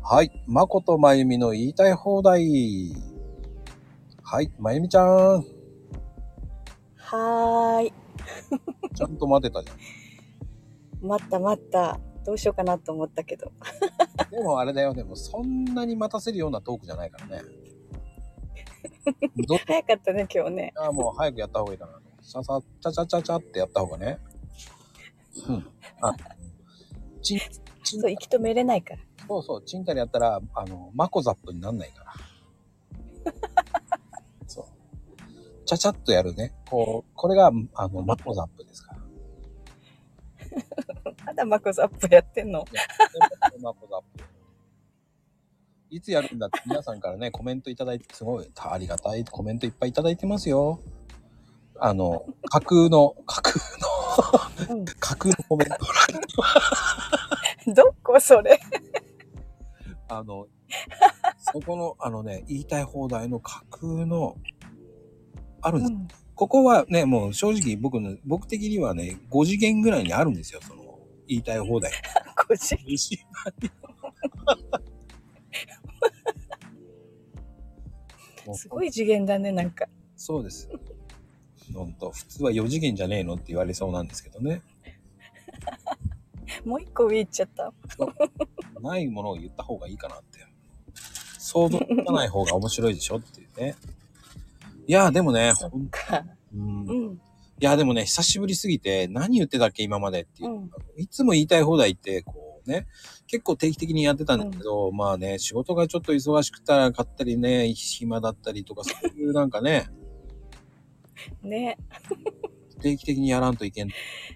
はい。まことまゆみの言いたい放題。はい。まゆみちゃん。 はーい。 ちゃんと待てたじゃん。 待った。どうしようかなと思ったけど。 でもあれだよ。でもそんなに待たせるようなトークじゃないからね。 早かったね、今日ね。 もう早くやった方がいいかなと。ささ、ちゃちゃちゃちゃってやった方がね。うん。 そう、息止めれないから。 そう、チンタリやったら、マコザップになんないから。そう。ちゃちゃっとやるね。これが、マコザップですから。 まだマコザップやってんの？ マコザップ。いつやるんだって皆さんからね、コメントいただいて、すごいありがたいコメントいっぱいいただいてますよ。架空のコメント。どこそれ？ そこの言いたい放題の架空の、あるんです。ここはね、もう正直僕的にはね、5次元ぐらいにあるんですよ、その、言いたい放題。 5次元すごい次元だね、なんか。 そうです。ほんと、普通は4次元じゃねえのって言われそうなんですけどね。 もう一個上行っちゃった。 ないものを言った方がいいかなって。想像つかない方が面白いでしょっていうね。いや、でもね、 そっか。 いや、でもね、久しぶりすぎて、何言ってたっけ、今までっていう。いつも言いたい放題って、こうね、結構定期的にやってたんだけど、まあね、仕事がちょっと忙しくたかったりね、暇だったりとか、そういうなんかね、 ね。 定期的にやらんといけん。ね。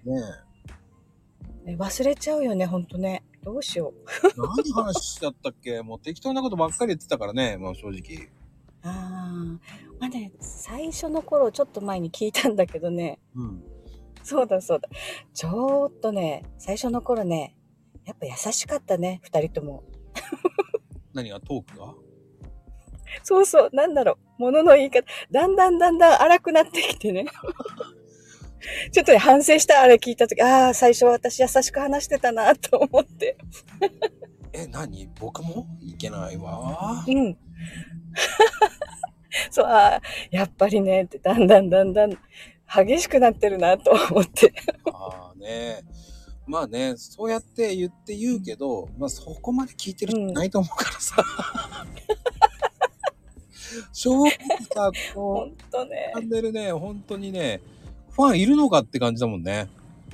忘れちゃうよね、ほんとね。どうしよう。何話だったっけ？もう適当なことばっかり言ってたからね、もう正直。 まあね、最初の頃、ちょっと前に聞いたんだけどね。そうだ。ちょっとね、最初の頃ね、やっぱ優しかったね、2人とも。 何がトークが？ そう、なんだろう、物の言い方、だんだん荒くなってきてね。ちょっとね、反省した、あれ聞いたとき、最初は私優しく話してたな、と思って。 何？僕もいけないわ。 そう、やっぱりね、ってだんだん激しくなってるな、と思って。 ね。まあね、そうやって言うけど、まあそこまで聞いてる人いないと思うからさ。正直さ、このチャンネルね、本当にね、ファンいるのかって感じだもんね。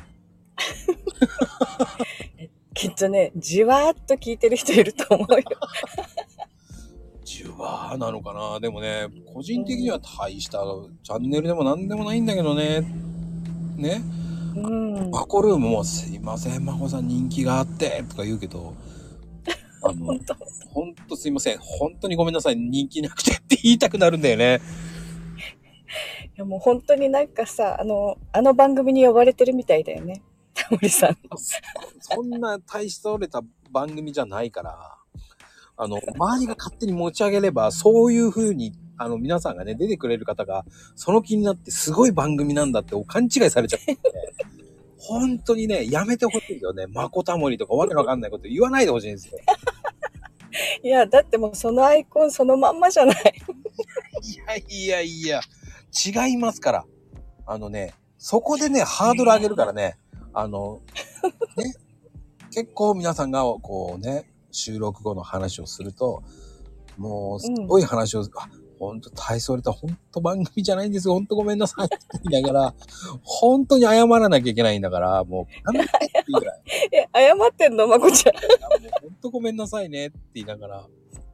きっとね、じわーっと聞いてる人いると思うよ。 じわーなのかな。でもね、個人的には大したチャンネルでもなんでもないんだけどね。ね。マコルームもすいません、マコさん人気があってとか言うけど、ほんとすいません。本当にごめんなさい。人気なくてって言いたくなるんだよね。 いやもう本当になんかさ、あの番組に呼ばれてるみたいだよね。タモリさんの。 そんな大しとれた番組じゃないから、周りが勝手に持ち上げれば、そういう風に、皆さんがね、出てくれる方が、その気になってすごい番組なんだってお勘違いされちゃって、本当にね、やめてほしいんですよね。まこたもりとかわけわかんないこと言わないでほしいんですよ。 いや、だってもうそのアイコンそのまんまじゃない。 いや、違いますから。そこでね、ハードル上げるからね、ね、結構皆さんがこうね、収録後の話をすると、もうすごい話を、ほんと大それたほんと番組じゃないんですよ。ほんとごめんなさいって言いながら、本当に謝らなきゃいけないんだから、もう、謝っていいぐらい。 謝ってんの、まこちゃん。 ほんとごめんなさいねって言いながら。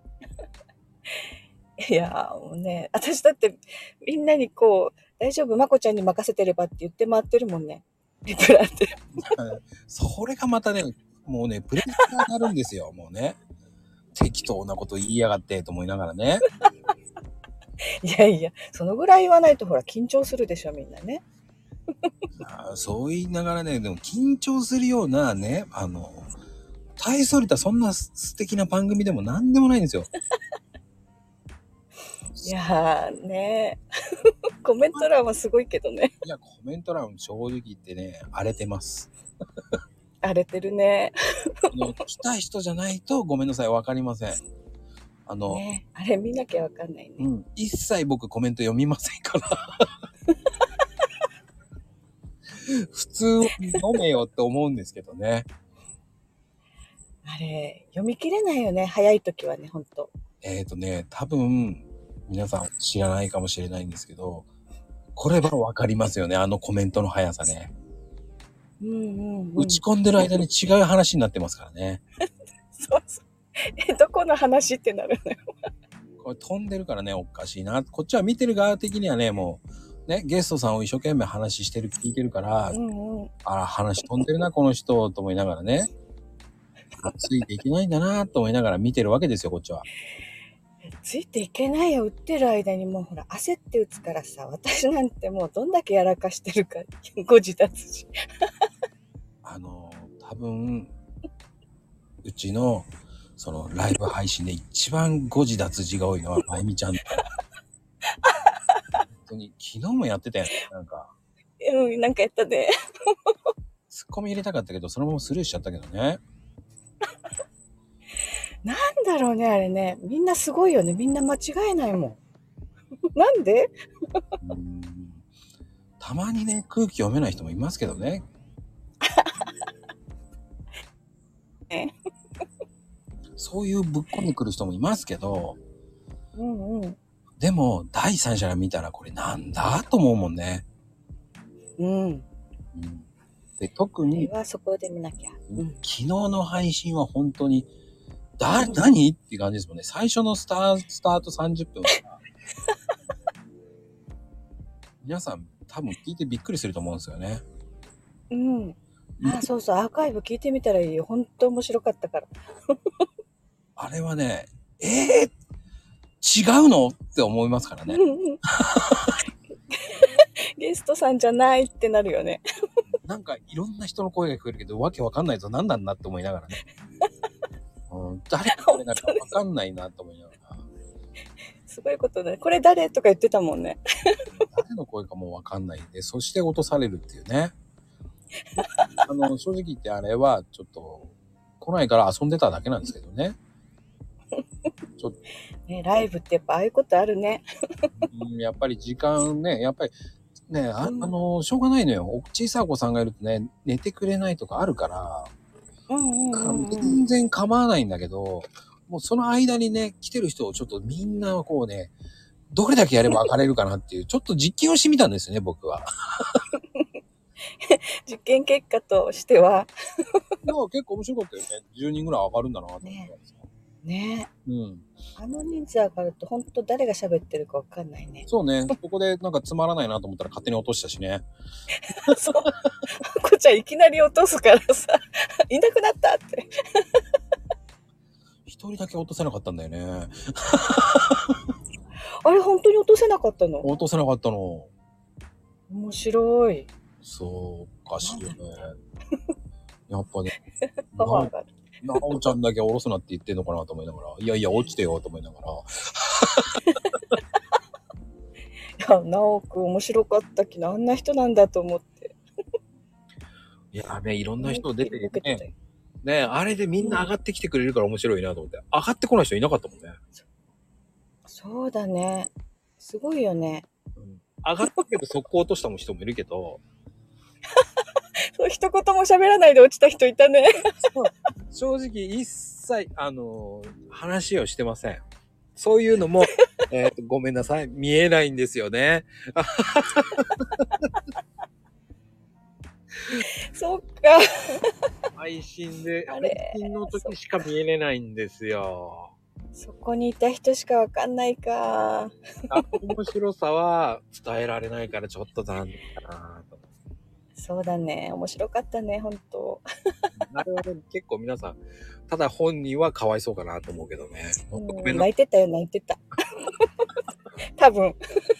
いやもうね、私だってみんなにこう、大丈夫、まこちゃんに任せてればって言って回ってるもんね。リプランで。 それがまたね、もうね、プレッシャーになるんですよ、もうね。適当なこと言いやがってと思いながらね。 いや、そのぐらい言わないとほら緊張するでしょ、みんなね。 そう言いながらね、でも緊張するようなね、大それたそんな素敵な番組でも何でもないんですよ。 いやねコメント欄はすごいけどね。 いや、コメント欄正直言ってね、荒れてます。 荒れてるね。 来た人じゃないとごめんなさい、わかりません。 ね、あれ見なきゃわかんないね。 一切僕コメント読みませんから。普通飲めよって思うんですけどね。 あれ、読み切れないよね。早い時はね、ほんと。 多分、皆さん知らないかもしれないんですけど、これはわかりますよね。コメントの速さね。打ち込んでる間に違う話になってますからね。 そうそう。どこの話ってなるのよ。 これ飛んでるからね、おかしいな。こっちは見てる側的にはね、もう、ね、ゲストさんを一生懸命話してる、聞いてるから、話飛んでるな、この人、と思いながらね。ついていけないんだなと思いながら見てるわけですよ、こっちは。 ついていけないよ、打ってる間にもうほら、焦って打つからさ、私なんてもうどんだけやらかしてるか、誤字脱字。 多分、うちの、その、ライブ配信で一番誤字脱字が多いのは、まゆみちゃん。本当に、昨日もやってたよね、なんか。 なんかやったね。 ツッコミ入れたかったけど、そのままスルーしちゃったけどね。 なんだろうね、あれね。みんなすごいよね。みんな間違えないもん。なんでたまにね、空気読めない人もいますけどね。そういうぶっこんでくる人もいますけど、でも、第三者が見たらこれなんだと思うもんね。で、特に、 はそこで見なきゃ。 昨日の配信は本当に、何っていう感じですもんね。最初のスタート30分は、皆さん多分聞いてびっくりすると思うんですよね。 そうそう、アーカイブ聞いてみたらいいよ。本当面白かったから。 あれはね、違うのって思いますからね。 ゲストさんじゃないってなるよね。 なんかいろんな人の声が聞こえるけど、わけわかんないぞ。何なんだって思いながらね。誰がこれなんかわかんないなと思いながら。 すごいことだね。これ誰とか言ってたもんね。 誰の声かもわかんないんで、そして落とされるっていうね。正直言ってあれはちょっと来ないから遊んでただけなんですけどね。ちょっとね、ライブってやっぱああいうことあるね。 やっぱり時間ね、やっぱりね、しょうがないのよ。小さいお子さんがいるとね、寝てくれないとかあるから、全然構わないんだけど、もうその間にね、来てる人をちょっとみんなこうね、どれだけやれば上がれるかなっていう、ちょっと実験をしてみたんですよね、僕は。 実験結果としては。 結構面白かったよね。10人ぐらい上がるんだなと思って。 ね。人数上がると本当誰が喋ってるかわかんないね。 そうね。そこでなんかつまらないなと思ったら勝手に落としたしね。 そう。こっちはいきなり落とすからさ、いなくなったって。 一人だけ落とせなかったんだよね。 あれ本当に落とせなかったの？ 落とせなかったの。 面白い。 そう、おかしいよね。やっぱね。 パワーがある。 なおちゃんだけ下ろすなって言ってんのかなと思いながら、いやいや落ちてよと思いながら。 いや、なおくん面白かったきな、あんな人なんだと思って。 いやね、いろんな人出てるね。ね、あれでみんな上がってきてくれるから面白いなと思って。上がってこない人いなかったもんね。 そうだね。すごいよね。 上がったけど速攻落とした人もいるけど。 そう、一言も喋らないで落ちた人いたね。 正直一切、話をしてません。そういうのも、ごめんなさい。見えないんですよね。 そっか。 配信の時しか見えれないんですよ。 そこにいた人しかわかんないか。 面白さは伝えられないからちょっと残念かなと。 そうだね。面白かったね、本当。 あれはね、結構皆さん、ただ本人はかわいそうかなと思うけどね。 泣いてたよ、泣いてた。多分。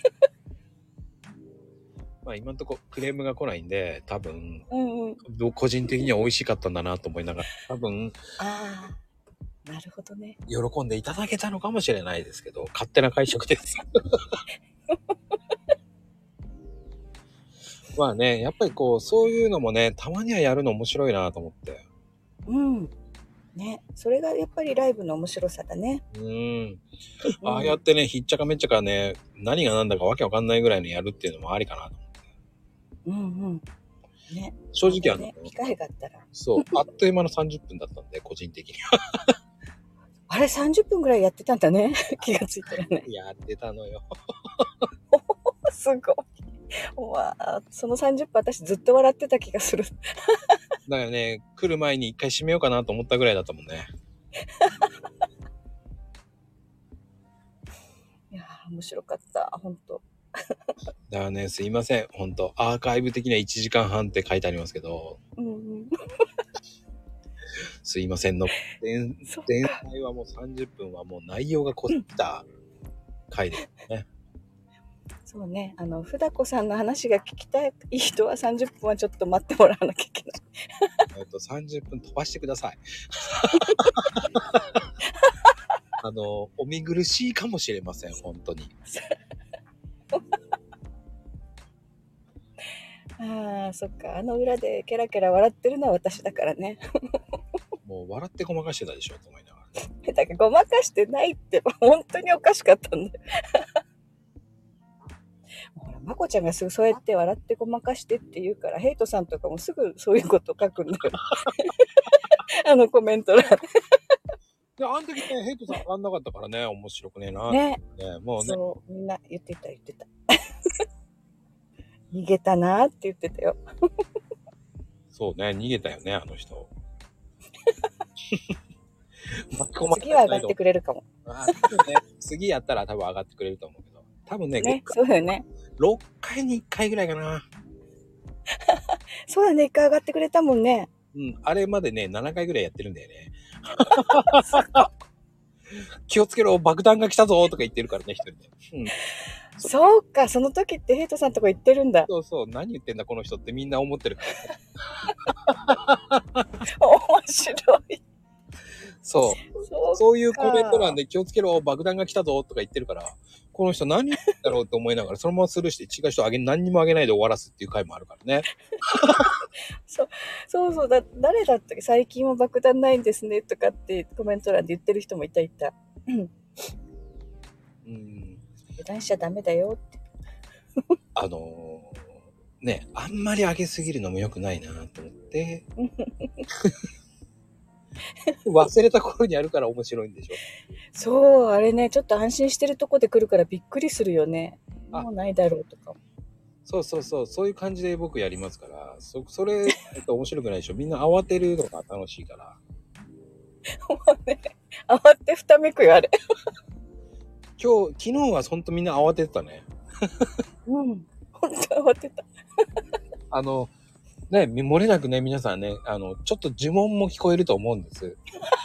まあ今んとこクレームが来ないんで、多分、個人的には美味しかったんだなと思いながら、多分、 なるほどね。 喜んでいただけたのかもしれないですけど、勝手な解釈です。 まあね、やっぱりこう、そういうのもね、たまにはやるの面白いなと思って。 うん。ね。それがやっぱりライブの面白さだね。 ああやってね、ひっちゃかめっちゃかね、何が何だかわけわかんないぐらいのやるっていうのもありかなと思って。 うんうん。ね。 正直ね、機会があったら。 そう、あっという間の30分だったんで、個人的には。 あれ30分ぐらいやってたんだね。気がついたらね。 やってたのよ。 すごい。わあ、その30分私ずっと笑ってた気がする。 だからね、来る前に一回閉めようかなと思ったぐらいだったもんね。 いやー、面白かった。本当。 だからね、すいません。本当アーカイブ的には1時間半って書いてありますけど、 うんうん。 すいませんの。前回はもう30分はもう内容が濃すぎた回ですね。 そうね。ふだこさんの話が聞きたい人は30分はちょっと待ってもらわなきゃいけない。 30分飛ばしてください。お見苦しいかもしれません、本当に。 ああ、そっか。裏でケラケラ笑ってるのは私だからね。 もう笑ってごまかしてたでしょと思いながらね。 だからごまかしてないって本当におかしかったんだよ。ほら、まこちゃんがすぐそうやって笑ってごまかしてって言うから、ヘイトさんとかもすぐそういうこと書くんだよ。コメント欄。 で、あの時ね、ヘイトさん上がんなかったからね、面白くねえな。 ね。 もうね。 そう、みんな言ってた。逃げたなーって言ってたよ。 そうね、逃げたよね、あの人。 次は上がってくれるかも。 次やったら多分上がってくれると思うけど。多分ね、 そうだよね。 6回に1回ぐらいかな。 そうだね、1回上がってくれたもんね。 あれまでね、7回ぐらいやってるんだよね。気をつけろ、爆弾が来たぞとか言ってるからね、一人で。 そうか、その時ってヘイトさんとか言ってるんだ。 そう、何言ってんだこの人ってみんな思ってるから。 面白い。 そういうコメント欄で気をつけろ、爆弾が来たぞとか言ってるから、この人何言ってんだろうって思いながら、そのままスルーして違う人何にもあげないで終わらすっていう回もあるからね。 そう誰だったっけ、最近は爆弾ないんですねとかってコメント欄で言ってる人もいた。油断しちゃダメだよって。 ね、あんまり上げすぎるのも良くないなと思って。忘れた頃にやるから面白いんでしょ。 そう、あれね、ちょっと安心してるとこで来るからびっくりするよね。もうないだろうとか。 そういう感じで僕やりますから、それ面白くないでしょ。みんな慌てるのが楽しいから。 もうね、慌てふためくよ、あれ。 昨日はほんとみんな慌ててたね。 ほんと慌てた。 ね、漏れなくね、皆さんね、ちょっと呪文も聞こえると思うんです。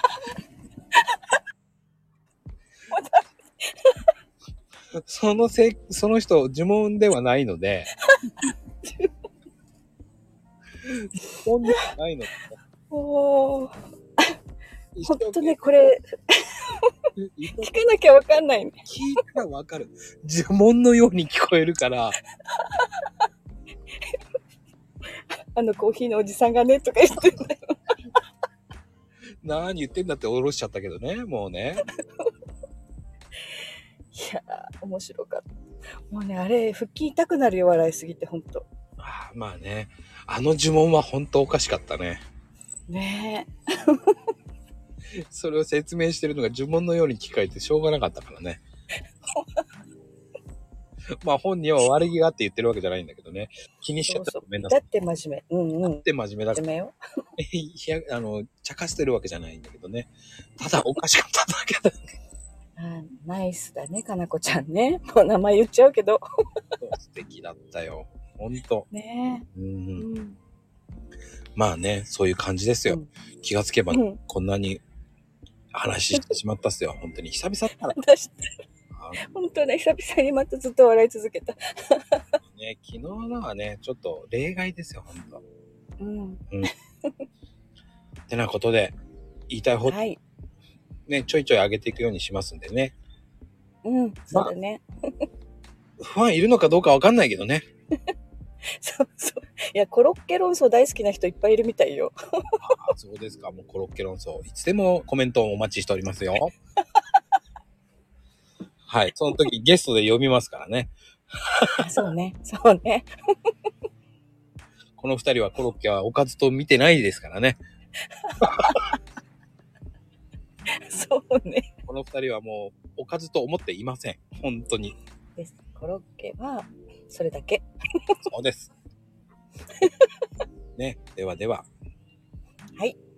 その人、呪文ではないので。呪文ではないので。 ほんとね、これ、聞かなきゃわかんないね。 聞いたらわかる。呪文のように聞こえるから。 コーヒーのおじさんがね、とか言ってんだよ。 何言ってんだって下ろしちゃったけどね、もうね。 いやー、面白かった。もうね、あれ、腹筋痛くなるよ、笑いすぎて、ほんと。 まあね、呪文はほんとおかしかったね。 ねえ。それを説明してるのが呪文のように聞こえてしょうがなかったからね。まあ本人は悪気があって言ってるわけじゃないんだけどね。気にしちゃったらごめんなさい。 だって真面目。 だって真面目だから。 真面目よ。 茶化してるわけじゃないんだけどね。ただおかしかっただけだ。 ナイスだね、かなこちゃんね。もう名前言っちゃうけど。 素敵だったよ。ほんと。 ねまあね、そういう感じですよ。気がつけば、こんなに話してしまったっすよ。本当に久々だから。 本当ね、久々にまたずっと笑い続けた。 ね、昨日のはね、ちょっと例外ですよ、本当。ってなことで、言いたい方、ね、ちょいちょい上げていくようにしますんでね。 そうだね。 ファンいるのかどうかわかんないけどね。 そうそう。いや、コロッケ論争大好きな人いっぱいいるみたいよ。 あ、そうですか。もうコロッケ論争。いつでもコメントをお待ちしておりますよ。はい。その時ゲストで呼びますからね。 そうね。そうね。 この二人はコロッケはおかずと見てないですからね。 そうね。 この二人はもうおかずと思っていません。本当に。 です。コロッケは、それだけ。 そうです。ね。ではでは。 はい。